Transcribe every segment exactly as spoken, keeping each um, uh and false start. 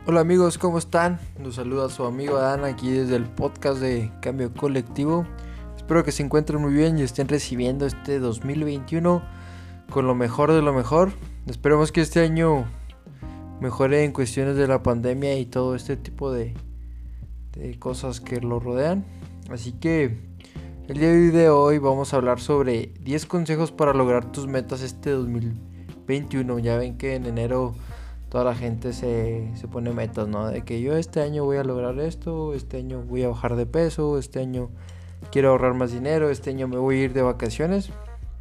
Hola amigos, ¿cómo están? Los saluda su amigo Adán aquí desde el podcast de Cambio Colectivo. Espero que se encuentren muy bien y estén recibiendo este dos mil veintiuno con lo mejor de lo mejor. Esperemos que este año mejore en cuestiones de la pandemia y todo este tipo de, de cosas que lo rodean. Así que el día de hoy vamos a hablar sobre diez consejos para lograr tus metas este dos mil veintiuno. Ya ven que en enero toda la gente se, se pone metas, ¿no? De que yo este año voy a lograr esto, este año voy a bajar de peso, este año quiero ahorrar más dinero, este año me voy a ir de vacaciones.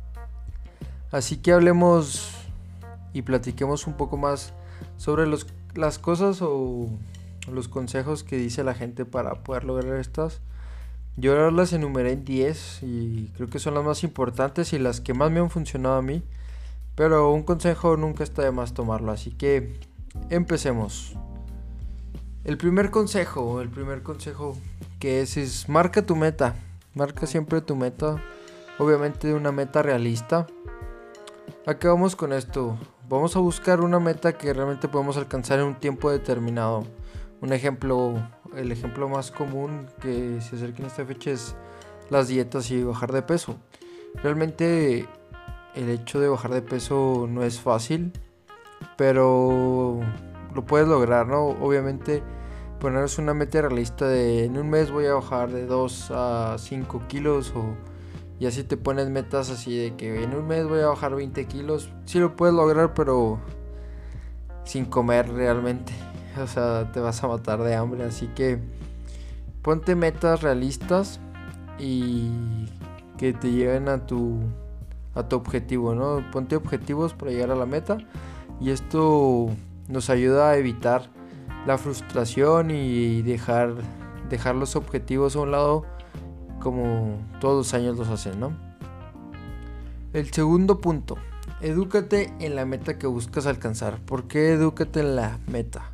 Así que hablemos y platiquemos un poco más sobre los, las cosas o los consejos que dice la gente para poder lograr estas. Yo ahora las enumeré en diez y creo que son las más importantes y las que más me han funcionado a mí. Pero un consejo nunca está de más tomarlo, así que empecemos. El primer consejo, el primer consejo que es, es marca tu meta. Marca siempre tu meta, obviamente una meta realista. ¿A qué vamos con esto? Vamos a buscar una meta que realmente podemos alcanzar en un tiempo determinado. Un ejemplo, el ejemplo más común que se acerca en esta fecha es las dietas y bajar de peso. Realmente el hecho de bajar de peso no es fácil, pero lo puedes lograr, ¿no? Obviamente ponerse una meta realista de en un mes voy a bajar de dos a cinco kilos o, y así te pones metas así de que en un mes voy a bajar veinte kilos. Sí lo puedes lograr, pero sin comer realmente, o sea, te vas a matar de hambre. Así que ponte metas realistas y que te lleven a tu a tu objetivo, ¿no? Ponte objetivos para llegar a la meta y esto nos ayuda a evitar la frustración y dejar, dejar los objetivos a un lado como todos los años los hacen, ¿no? El segundo punto, edúcate en la meta que buscas alcanzar. ¿Por qué edúcate en la meta?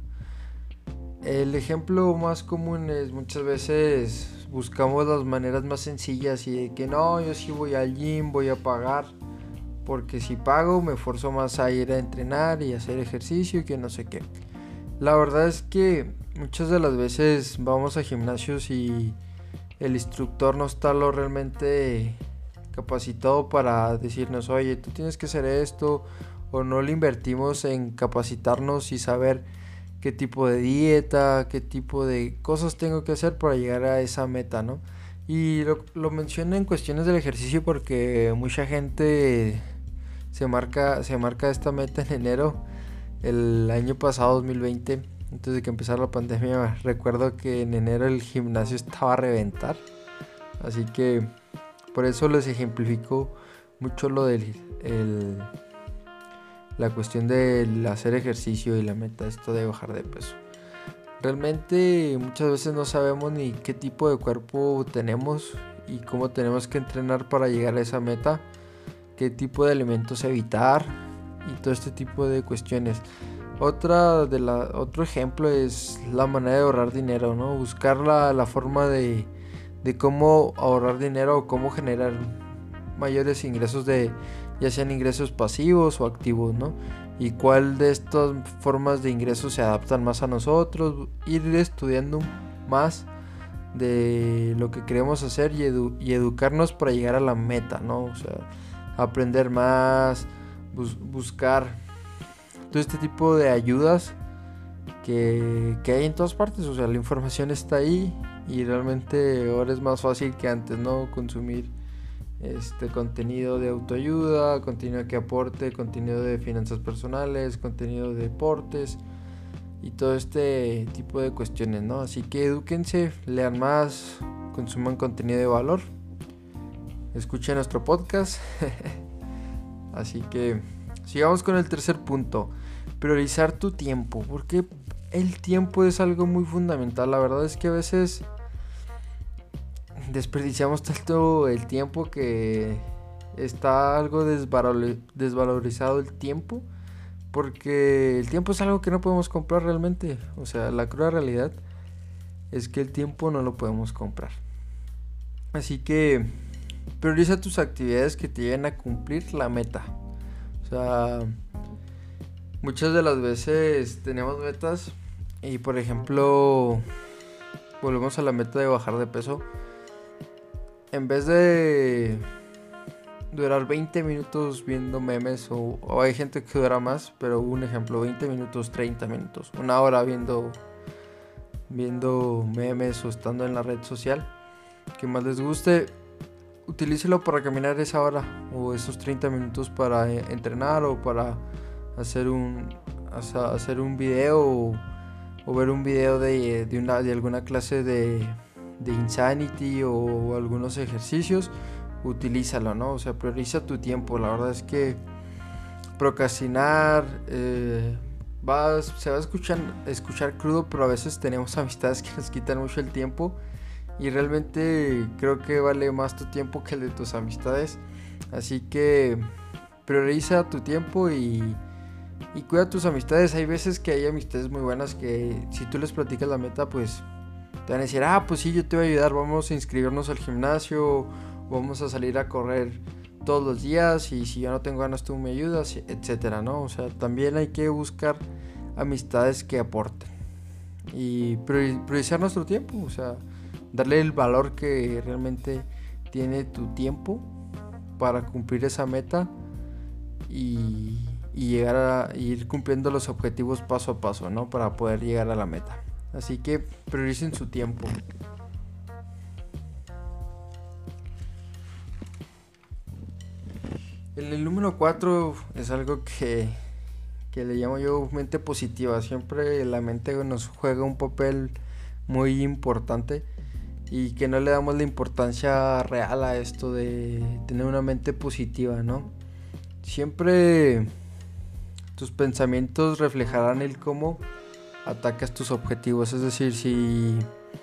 El ejemplo más común es muchas veces buscamos las maneras más sencillas y de que no, yo sí voy al gym, voy a pagar, porque si pago me esfuerzo más a ir a entrenar y hacer ejercicio y que no sé qué. La verdad es que muchas de las veces vamos a gimnasios y el instructor no está lo realmente capacitado para decirnos, oye, tú tienes que hacer esto, o no le invertimos en capacitarnos y saber qué tipo de dieta, qué tipo de cosas tengo que hacer para llegar a esa meta, ¿no? Y lo, lo menciono en cuestiones del ejercicio porque mucha gente se marca, se marca esta meta en enero. El año pasado, dos mil veinte, antes de que empezara la pandemia, recuerdo que en enero el gimnasio estaba a reventar. Así que por eso les ejemplifico mucho lo del el, la cuestión de hacer ejercicio y la meta, esto de bajar de peso. Realmente muchas veces no sabemos ni qué tipo de cuerpo tenemos y cómo tenemos que entrenar para llegar a esa meta, qué tipo de alimentos evitar y todo este tipo de cuestiones. Otra de la, otro ejemplo es la manera de ahorrar dinero, ¿no? Buscar la, la forma de, de cómo ahorrar dinero o cómo generar mayores ingresos, de ya sean ingresos pasivos o activos, ¿no? Y cuál de estas formas de ingresos se adaptan más a nosotros, ir estudiando más de lo que queremos hacer y, edu- y educarnos para llegar a la meta, ¿no? O sea, aprender más, bus- buscar todo este tipo de ayudas que, que hay en todas partes. O sea, la información está ahí y realmente ahora es más fácil que antes, ¿no? Consumir este contenido de autoayuda, contenido que aporte, contenido de finanzas personales, contenido de deportes y todo este tipo de cuestiones, ¿no? Así que edúquense, lean más, consuman contenido de valor, escuchen nuestro podcast. Así que sigamos con el tercer punto, priorizar tu tiempo, porque el tiempo es algo muy fundamental. La verdad es que a veces desperdiciamos tanto el tiempo que está algo desvalor- desvalorizado el tiempo, porque el tiempo es algo que no podemos comprar realmente. O sea, la cruda realidad es que el tiempo no lo podemos comprar. Así que prioriza tus actividades que te lleven a cumplir la meta. O sea, muchas de las veces tenemos metas Y por ejemplo, volvemos a la meta de bajar de peso. En vez de durar veinte minutos viendo memes, o, o hay gente que dura más, pero un ejemplo, veinte minutos, treinta minutos, una hora viendo viendo memes o estando en la red social que más les guste, utilícelo para caminar esa hora o esos treinta minutos para eh, entrenar o para hacer un hacer un video o, o ver un video de, de, una, de alguna clase de, de Insanity o algunos ejercicios. Utilízalo, ¿no? O sea, prioriza tu tiempo. La verdad es que procrastinar eh, va, se va a escuchar, escuchar crudo, pero a veces tenemos amistades que nos quitan mucho el tiempo y realmente creo que vale más tu tiempo que el de tus amistades. Así que prioriza tu tiempo y, y cuida tus amistades. Hay veces que hay amistades muy buenas que si tú les platicas la meta, pues te van a decir, ah, pues sí, yo te voy a ayudar, vamos a inscribirnos al gimnasio, vamos a salir a correr todos los días y si yo no tengo ganas tú me ayudas, etcétera, ¿no? O sea, también hay que buscar amistades que aporten y priorizar nuestro tiempo, o sea, darle el valor que realmente tiene tu tiempo para cumplir esa meta y, y llegar a ir cumpliendo los objetivos paso a paso, ¿no? Para poder llegar a la meta. Así que prioricen su tiempo. En el número cuatro es algo que, que le llamo yo mente positiva. Siempre la mente nos juega un papel muy importante y que no le damos la importancia real a esto de tener una mente positiva, ¿no? Siempre tus pensamientos reflejarán el cómo atacas tus objetivos. Es decir, si,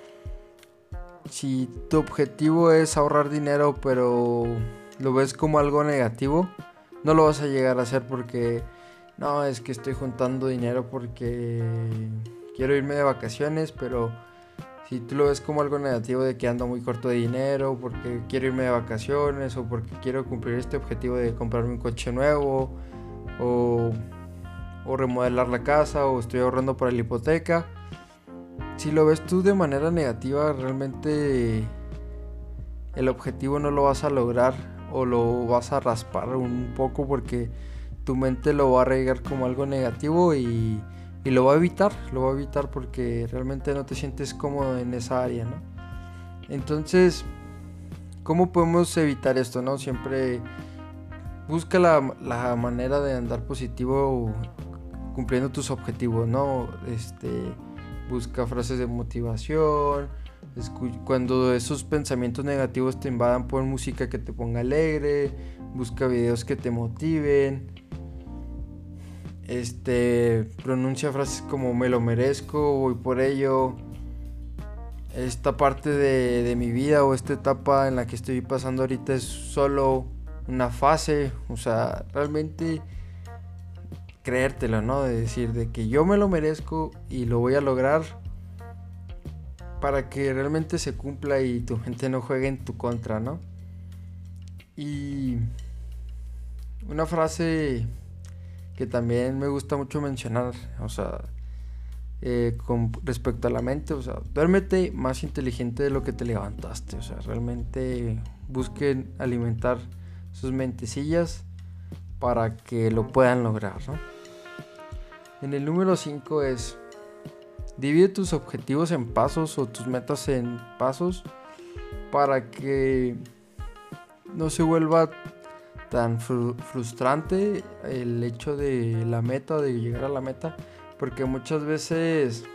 si tu objetivo es ahorrar dinero pero lo ves como algo negativo, no lo vas a llegar a hacer porque no, es que estoy juntando dinero porque quiero irme de vacaciones, pero si tú lo ves como algo negativo de que ando muy corto de dinero, porque quiero irme de vacaciones o porque quiero cumplir este objetivo de comprarme un coche nuevo o, o remodelar la casa o estoy ahorrando para la hipoteca, si lo ves tú de manera negativa, realmente el objetivo no lo vas a lograr o lo vas a raspar un poco porque tu mente lo va a arraigar como algo negativo y, y lo va a evitar, lo va a evitar porque realmente no te sientes cómodo en esa área, ¿no? Entonces, ¿cómo podemos evitar esto, no? Siempre busca la, la manera de andar positivo cumpliendo tus objetivos, ¿no? Este, busca frases de motivación. Cuando esos pensamientos negativos te invadan, pon música que te ponga alegre, busca videos que te motiven, este, pronuncia frases como me lo merezco, voy por ello, esta parte de, de mi vida o esta etapa en la que estoy pasando ahorita es solo una fase. O sea, realmente creértelo, ¿no? De decir de que yo me lo merezco y lo voy a lograr, para que realmente se cumpla y tu mente no juegue en tu contra, ¿no? Y una frase que también me gusta mucho mencionar, o sea, eh, con respecto a la mente, o sea, duérmete más inteligente de lo que te levantaste. O sea, realmente busquen alimentar sus mentecillas para que lo puedan lograr, ¿no? En el número cinco es: divide tus objetivos en pasos o tus metas en pasos para que no se vuelva tan fru- frustrante el hecho de la meta, de llegar a la meta, porque muchas veces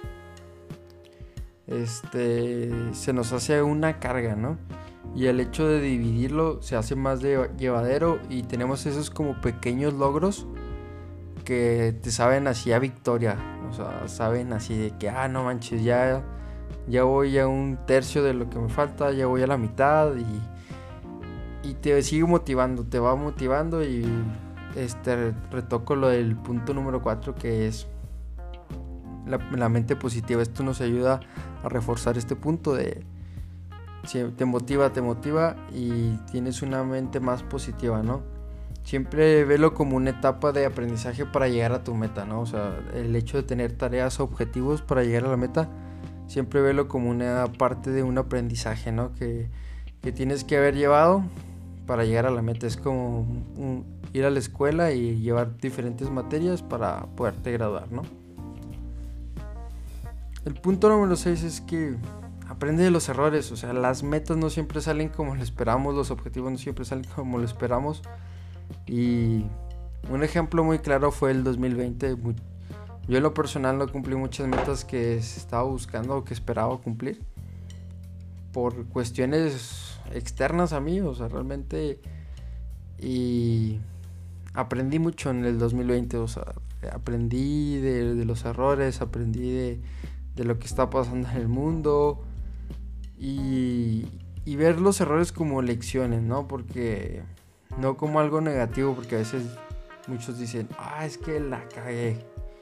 este, se nos hace una carga, ¿no? Y el hecho de dividirlo se hace más de llevadero y tenemos esos como pequeños logros que te saben así a victoria. O sea, saben así de que, ah, no manches, ya, ya voy a un tercio de lo que me falta, ya voy a la mitad y, y te sigue motivando, te va motivando. Y este retoco lo del punto número cuatro, que es la, la mente positiva. Esto nos ayuda a reforzar este punto de si te motiva, te motiva y tienes una mente más positiva, ¿no? siempre velo como una etapa de aprendizaje para llegar a tu meta, ¿no? O sea, el hecho de tener tareas o objetivos para llegar a la meta, siempre velo como una parte de un aprendizaje, ¿no? Que, que tienes que haber llevado para llegar a la meta. Es como un, ir a la escuela y llevar diferentes materias para poderte graduar, ¿no? El punto número seis es que aprende de los errores. O sea, las metas no siempre salen como lo esperamos, los objetivos no siempre salen como lo esperamos. Y un ejemplo muy claro fue el dos mil veinte. Yo en lo personal no cumplí muchas metas que estaba buscando o que esperaba cumplir por cuestiones externas a mí, o sea, realmente. Y aprendí mucho en el dos mil veinte, o sea, aprendí de, de los errores, aprendí de, de lo que está pasando en el mundo y, y ver los errores como lecciones, ¿no? Porque no como algo negativo, porque a veces muchos dicen, ah, es que la cagué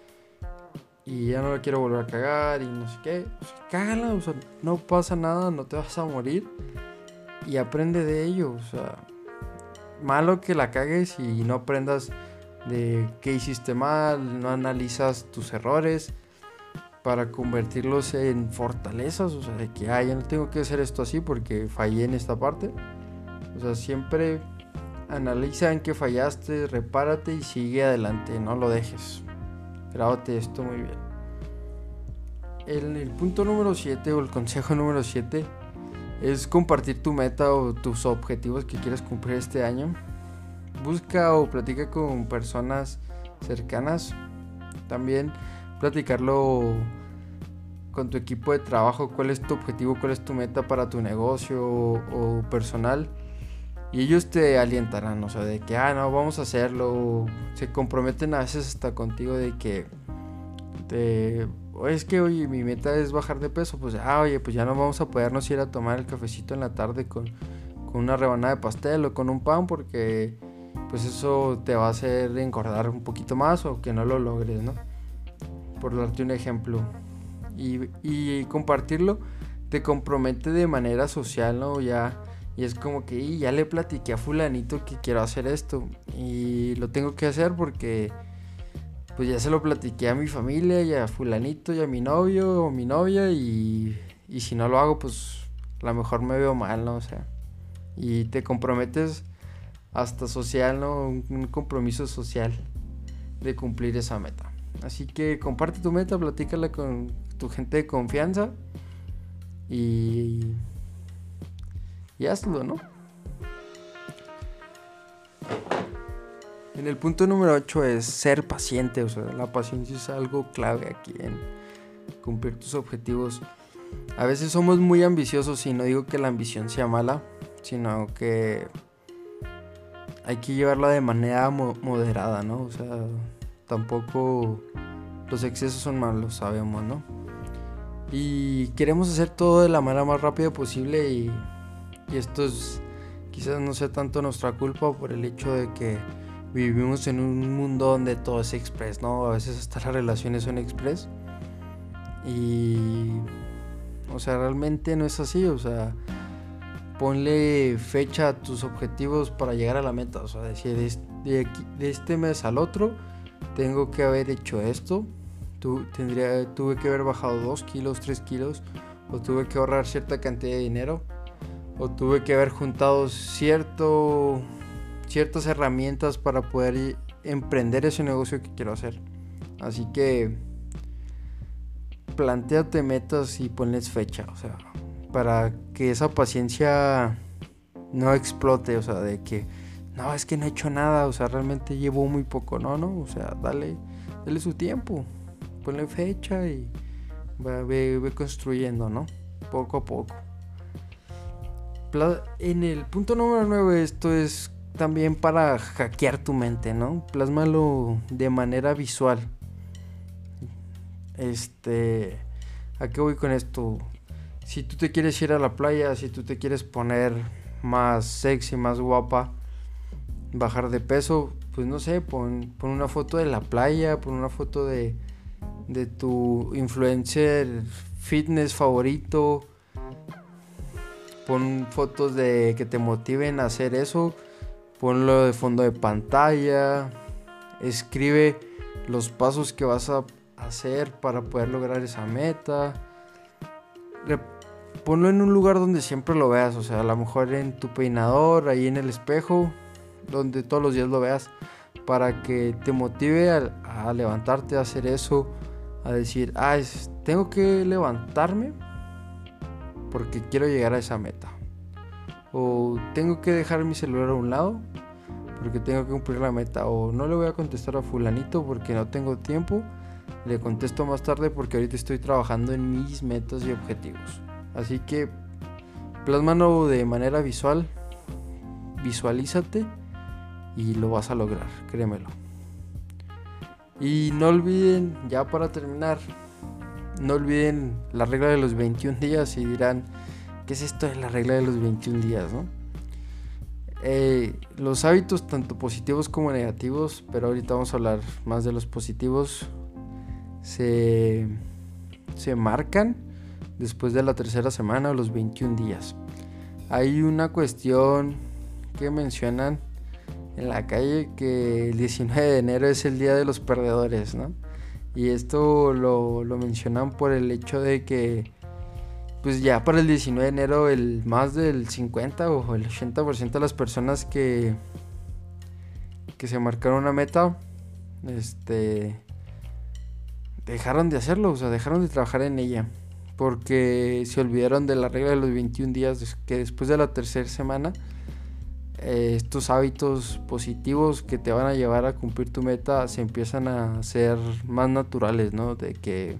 y ya no la quiero volver a cagar y no sé qué. O sea, cágala, o sea, no pasa nada, no te vas a morir y aprende de ello. O sea, malo que la cagues y no aprendas de qué hiciste mal, no analizas tus errores para convertirlos en fortalezas. O sea, de que, ah, ya no tengo que hacer esto así porque fallé en esta parte. O sea, siempre analiza en qué fallaste, repárate y sigue adelante, no lo dejes. Grábate esto muy bien. El, el punto número siete o el consejo número siete es compartir tu meta o tus objetivos que quieres cumplir este año. Busca o platica con personas cercanas. También platicarlo con tu equipo de trabajo. ¿Cuál es tu objetivo? ¿Cuál es tu meta para tu negocio o, o personal? Y ellos te alientarán, o sea, de que, ah, no, vamos a hacerlo. Se comprometen a veces hasta contigo de que, te, es que, oye, mi meta es bajar de peso. Pues, ah, oye, pues ya no vamos a podernos ir a tomar el cafecito en la tarde con, con una rebanada de pastel o con un pan, porque, pues eso te va a hacer engordar un poquito más o que no lo logres, ¿no? Por darte un ejemplo. Y, y compartirlo te compromete de manera social, ¿no? Ya... Y es como que y ya le platiqué a fulanito que quiero hacer esto y lo tengo que hacer porque pues ya se lo platiqué a mi familia y a fulanito y a mi novio o mi novia y, y si no lo hago pues a lo mejor me veo mal, ¿no? O sea, y te comprometes hasta social, ¿no? Un, un compromiso social de cumplir esa meta. Así que comparte tu meta, platícala con tu gente de confianza y... y hazlo, ¿no? En el punto número ocho es ser paciente. O sea, la paciencia es algo clave aquí en cumplir tus objetivos. A veces somos muy ambiciosos y no digo que la ambición sea mala, sino que hay que llevarla de manera mo- moderada, ¿no? O sea, tampoco los excesos son malos, sabemos, ¿no? Y queremos hacer todo de la manera más rápida posible y Y esto es, quizás no sea tanto nuestra culpa por el hecho de que vivimos en un mundo donde todo es express, ¿no? A veces hasta las relaciones son express. Y, o sea, realmente no es así. O sea, ponle fecha a tus objetivos para llegar a la meta. O sea, decir, de, aquí, de este mes al otro tengo que haber hecho esto. Tu, tendría, tuve que haber bajado dos kilos, tres kilos. O tuve que ahorrar cierta cantidad de dinero. O tuve que haber juntado cierto, ciertas herramientas para poder emprender ese negocio que quiero hacer. Así que plantéate metas y ponles fecha, o sea, para que esa paciencia no explote, o sea, de que no, es que no he hecho nada, o sea, realmente llevo muy poco, no, no, o sea, dale, dale su tiempo, ponle fecha y va, ve, ve construyendo, ¿no? Poco a poco. En el punto número nueve, esto es también para hackear tu mente, ¿no? Plásmalo de manera visual. Este, ¿a qué voy con esto? Si tú te quieres ir a la playa, si tú te quieres poner más sexy, más guapa, bajar de peso, pues no sé, pon, pon una foto de la playa, pon una foto de, de tu influencer fitness favorito. Pon fotos de que te motiven a hacer eso. ponlo de fondo de pantalla, escribe los pasos que vas a hacer para poder lograr esa meta. Ponlo en un lugar donde siempre lo veas, o sea, a lo mejor en tu peinador, ahí en el espejo, donde todos los días lo veas, para que te motive a, a levantarte, a hacer eso, a decir, ah, es, tengo que levantarme porque quiero llegar a esa meta, o tengo que dejar mi celular a un lado porque tengo que cumplir la meta, o no le voy a contestar a fulanito porque no tengo tiempo, le contesto más tarde porque ahorita estoy trabajando en mis metas y objetivos. Así que plásmalo de manera visual, visualízate y lo vas a lograr, créemelo. Y no olviden, ya para terminar, no olviden la regla de los veintiún días y dirán, ¿qué es esto de la regla de los veintiún días, no? Eh, los hábitos tanto positivos como negativos, pero ahorita vamos a hablar más de los positivos, se, se marcan después de la tercera semana o los veintiún días. Hay una cuestión que mencionan en la calle, que el diecinueve de enero es el día de los perdedores, ¿no? Y esto lo, lo mencionan por el hecho de que pues ya para el diecinueve de enero el más del cincuenta o el ochenta por ciento de las personas que que se marcaron una meta este dejaron de hacerlo, o sea, dejaron de trabajar en ella porque se olvidaron de la regla de los veintiún días, que después de la tercera semana eh, estos hábitos positivos que te van a llevar a cumplir tu meta se empiezan a ser más naturales, ¿no? De que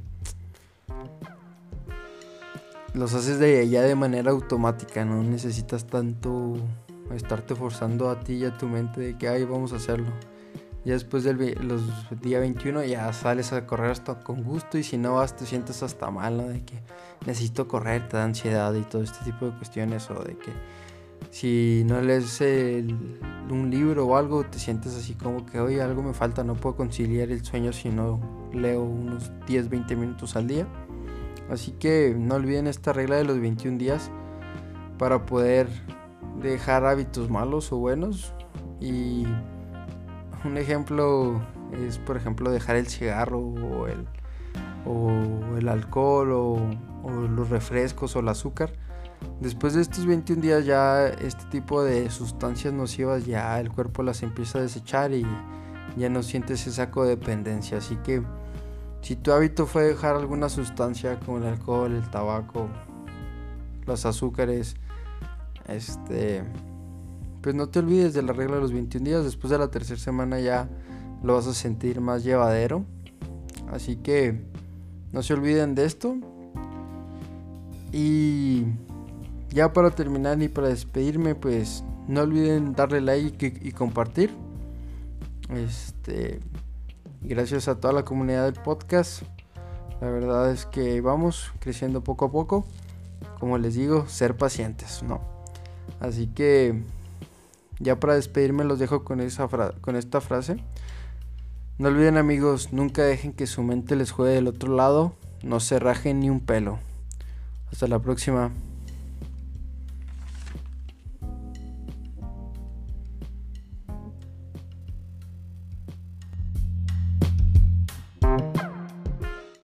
los haces de ya de manera automática, no necesitas tanto estarte forzando a ti y a tu mente de que ay, vamos a hacerlo. Ya después del los día veintiuno ya sales a correr hasta con gusto, y si no vas te sientes hasta mal, ¿no? De que necesito correr, te da ansiedad y todo este tipo de cuestiones, o de que si no lees el, un libro o algo te sientes así como que oye, algo me falta, no puedo conciliar el sueño si no leo unos diez, veinte minutos al día. Así que no olviden esta regla de los veintiún días para poder dejar hábitos malos o buenos. Y un ejemplo es, por ejemplo, dejar el cigarro o el, o el alcohol o, o los refrescos o el azúcar. Después de estos veintiún días ya este tipo de sustancias nocivas ya el cuerpo las empieza a desechar y ya no sientes esa codependencia. Así que si tu hábito fue dejar alguna sustancia como el alcohol, el tabaco, los azúcares, este, pues no te olvides de la regla de los veintiún días. Después de la tercera semana ya lo vas a sentir más llevadero. Así que no se olviden de esto. Y ya para terminar y para despedirme, pues no olviden darle like y, y compartir. Este... Gracias a toda la comunidad del podcast. La verdad es que vamos creciendo poco a poco. Como les digo, ser pacientes, ¿no? Así que ya para despedirme los dejo con, esa fra- con esta frase. No olviden, amigos, nunca dejen que su mente les juegue del otro lado. No se rajen ni un pelo. Hasta la próxima.